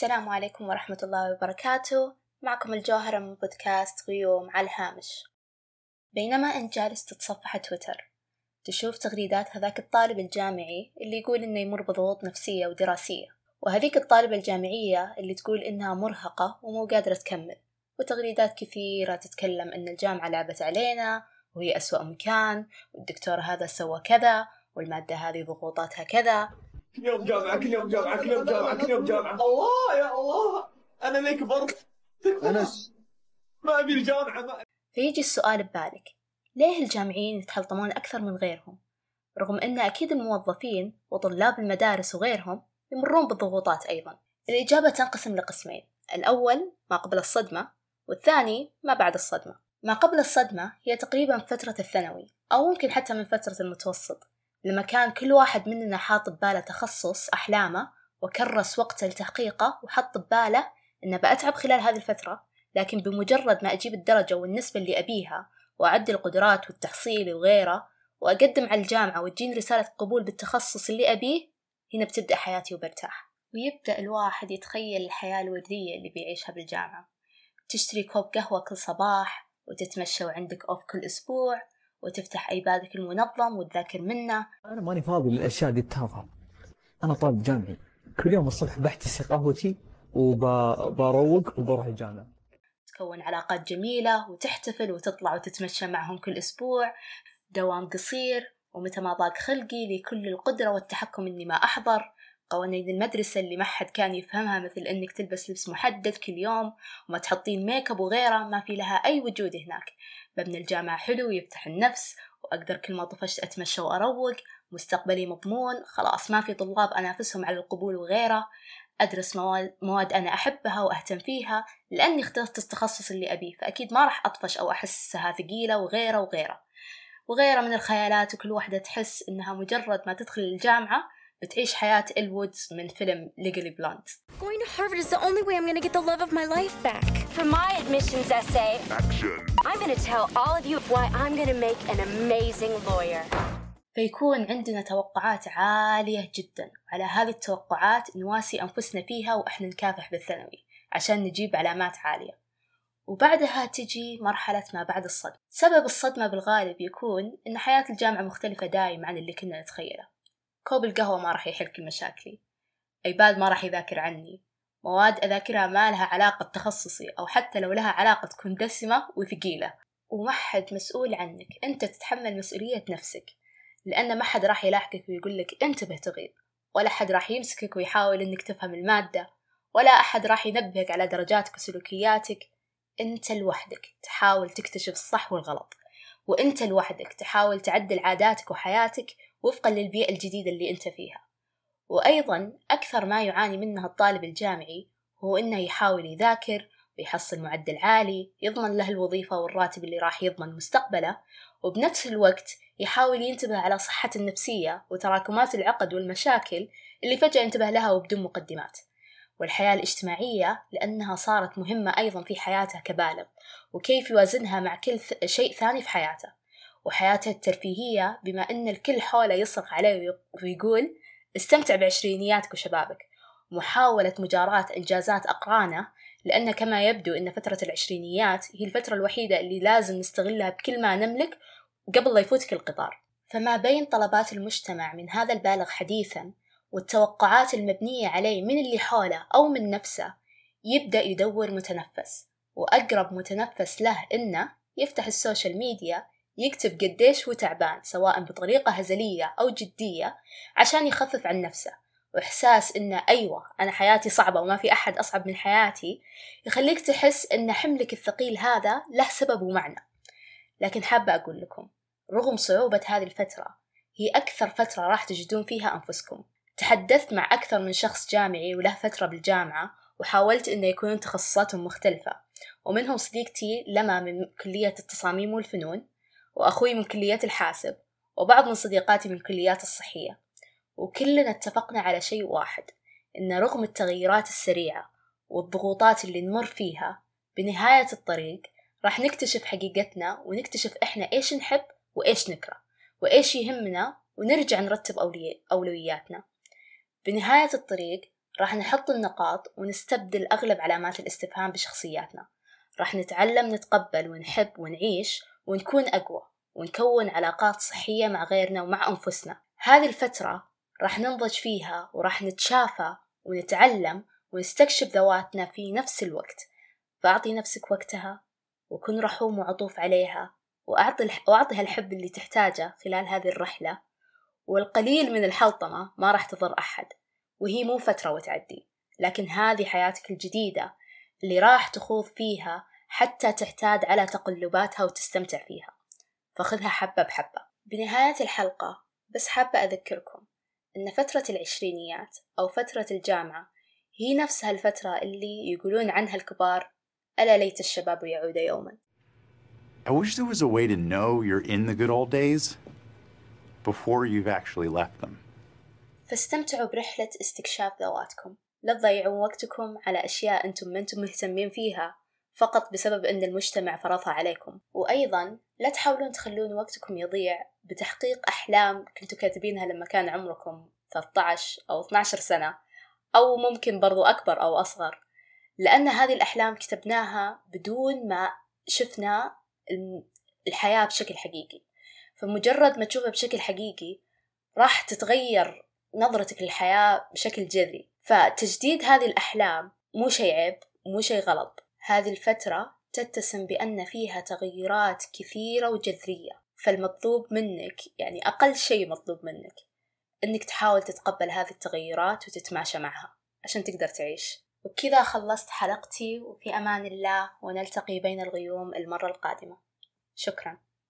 السلام عليكم ورحمة الله وبركاته. معكم الجوهرة من بودكاست غيوم على الهامش. بينما أنت جالس تتصفح تويتر تشوف تغريدات هذاك الطالب الجامعي اللي يقول إنه يمر بضغوط نفسية ودراسية، وهذيك الطالبة الجامعية اللي تقول إنها مرهقة ومو قادرة تكمل، وتغريدات كثيرة تتكلم إن الجامعة لعبت علينا وهي أسوأ مكان، والدكتور هذا سوى كذا، والمادة هذه ضغوطاتها كذا. كل يوم جامعة كل يوم جامعة كل يوم جامعة كل يوم جامعة. الله يا الله، أنا ليه كبرت؟ أنس ما أبي الجامعة ما. فيجي السؤال ببالك، ليه الجامعيين يتحلطمون أكثر من غيرهم؟ رغم أن أكيد الموظفين وطلاب المدارس وغيرهم يمرون بالضغوطات أيضا. الإجابة تنقسم لقسمين، الأول ما قبل الصدمة، والثاني ما بعد الصدمة. ما قبل الصدمة هي تقريبا فترة الثانوي أو ممكن حتى من فترة المتوسط، لما كان كل واحد مننا حاط بباله تخصص أحلامه وكرس وقته لتحقيقه وحط بباله إنه بأتعب خلال هذه الفترة، لكن بمجرد ما أجيب الدرجة والنسبة اللي أبيها وأعدل القدرات والتحصيل وغيره وأقدم على الجامعة وتجيني رسالة قبول بالتخصص اللي أبيه، هنا بتبدأ حياتي وبرتاح. ويبدأ الواحد يتخيل الحياة الوردية اللي بيعيشها بالجامعة، تشتري كوب قهوة كل صباح وتتمشى وعندك أوف كل أسبوع وتفتح أيبادك المنظم وتذاكر منه. أنا ماني فاضي للأشياء دي التافهة. أنا طالب جامعي، كل يوم الصبح بحتسي قهوتي وبروق وبروح الجامعة. تكون علاقات جميلة وتحتفل وتطلع وتتمشى معهم كل أسبوع، دوام قصير ومتى ما ضاق خلقي لي كل القدرة والتحكم إني ما أحضر. قوانين المدرسة اللي ما حد كان يفهمها، مثل إنك تلبس لبس محدد كل يوم وما تحطين ميك اب وغيره، ما في لها أي وجود هناك. مبنى الجامعة حلو يفتح النفس، وأقدر كل ما طفشت أتمشى وأروق، مستقبلي مضمون، خلاص ما في طلاب أنافسهم على القبول وغيره. أدرس مواد أنا أحبها وأهتم فيها لأني اخترت التخصص اللي أبيه، فأكيد ما راح أطفش أو أحسها ثقيلة وغيره من الخيالات. وكل واحدة تحس إنها مجرد ما تدخل الجامعة بتعيش حياة إلوودز من فيلم Legally Blonde. Going to Harvard is the only way I'm going to get the love of my life back. For my admissions essay, Action. I'm going to tell all of you why I'm going to make an amazing lawyer. فيكون عندنا توقعات عالية جدا، وعلى هذه التوقعات نواسي أنفسنا فيها وإحنا نكافح بالثانوي عشان نجيب علامات عالية. وبعدها تجي مرحلة ما بعد الصدمة. سبب الصدمة بالغالب يكون إن حياة الجامعة مختلفة دايم عن اللي كنا نتخيله. كوب القهوة ما راح يحل كل مشاكلي، أيباد ما راح يذاكر عني، مواد أذاكرها ما لها علاقة بتخصصي، أو حتى لو لها علاقة تكون دسمة وثقيلة، وما حد مسؤول عنك، أنت تتحمل مسؤولية نفسك، لأن ما حد راح يلاحقك ويقولك انتبه تغيب، ولا حد راح يمسكك ويحاول إنك تفهم المادة، ولا أحد راح ينبهك على درجاتك وسلوكياتك. أنت لوحدك تحاول تكتشف الصح والغلط، وأنت لوحدك تحاول تعدل عاداتك وحياتك وفقا للبيئة الجديدة اللي أنت فيها. وأيضا أكثر ما يعاني منها الطالب الجامعي هو إنه يحاول يذاكر ويحصل معدل عالي يضمن له الوظيفة والراتب اللي راح يضمن مستقبله، وبنفس الوقت يحاول ينتبه على صحته النفسية وتراكمات العقد والمشاكل اللي فجأة انتبه لها وبدون مقدمات، والحياة الاجتماعية لأنها صارت مهمة أيضا في حياته كبالغ، وكيف يوازنها مع كل شيء ثاني في حياته، وحياته الترفيهية بما أن الكل حوله يصرخ عليه ويقول استمتع بعشرينياتك وشبابك، محاولة مجاراة إنجازات أقرانه، لأن كما يبدو أن فترة العشرينيات هي الفترة الوحيدة اللي لازم نستغلها بكل ما نملك قبل لا يفوتك القطار. فما بين طلبات المجتمع من هذا البالغ حديثا والتوقعات المبنية عليه من اللي حوله أو من نفسه، يبدأ يدور متنفس، وأقرب متنفس له إنه يفتح السوشيال ميديا يكتب قديش هو تعبان، سواء بطريقة هزلية أو جدية، عشان يخفف عن نفسه. وإحساس إنه أيوة أنا حياتي صعبة وما في أحد أصعب من حياتي يخليك تحس إن حملك الثقيل هذا له سبب ومعنى. لكن حابة أقول لكم، رغم صعوبة هذه الفترة هي أكثر فترة راح تجدون فيها أنفسكم. تحدثت مع أكثر من شخص جامعي وله فترة بالجامعة، وحاولت إنه يكونون تخصصاتهم مختلفة، ومنهم صديقتي لما من كلية التصاميم والفنون، وأخوي من كلية الحاسب، وبعض من صديقاتي من كليات الصحية، وكلنا اتفقنا على شيء واحد، إن رغم التغيرات السريعة والضغوطات اللي نمر فيها، بنهاية الطريق راح نكتشف حقيقتنا ونكتشف إحنا إيش نحب وإيش نكره وإيش يهمنا، ونرجع نرتب أولوياتنا. بنهاية الطريق راح نحط النقاط ونستبدل أغلب علامات الاستفهام بشخصياتنا. راح نتعلم نتقبل ونحب ونعيش ونكون أقوى ونكون علاقات صحية مع غيرنا ومع أنفسنا. هذه الفترة راح ننضج فيها وراح نتشافى ونتعلم ونستكشف ذواتنا في نفس الوقت. فأعطي نفسك وقتها وكن رحوم وعطوف عليها، وأعطيها الحب اللي تحتاجه خلال هذه الرحلة. والقليل من الحلطمة ما راح تضر أحد، وهي مو فترة وتعدي، لكن هذه حياتك الجديدة اللي راح تخوض فيها حتى تحتاج على تقلباتها وتستمتع فيها. فخذها حبة بحبة. بنهاية الحلقة بس حابة أذكركم إن فترة العشرينيات أو فترة الجامعة هي نفسها الفترة اللي يقولون عنها الكبار ألا ليت الشباب يعود يوما. I wish there was a way to know you're in the good old days before you've actually left them. فاستمتعوا برحلة استكشاف ذواتكم، لا تضيعوا وقتكم على أشياء أنتم ما أنتم مهتمين فيها فقط بسبب أن المجتمع فرضها عليكم. وأيضا لا تحاولون تخلون وقتكم يضيع بتحقيق أحلام كنتوا كاتبينها لما كان عمركم 13 أو 12 سنة، أو ممكن برضو أكبر أو أصغر، لأن هذه الأحلام كتبناها بدون ما شفنا الحياة بشكل حقيقي. فمجرد ما تشوفها بشكل حقيقي راح تتغير نظرتك للحياة بشكل جذري. فتجديد هذه الأحلام مو شيء عيب، مو شيء غلط. هذه الفترة تتسم بأن فيها تغيرات كثيرة وجذرية، فالمطلوب منك، يعني أقل شيء مطلوب منك، أنك تحاول تتقبل هذه التغيرات وتتماشى معها عشان تقدر تعيش. وبكذا خلصت حلقتي، وفي أمان الله، ونلتقي بين الغيوم المرة القادمة. شكراً.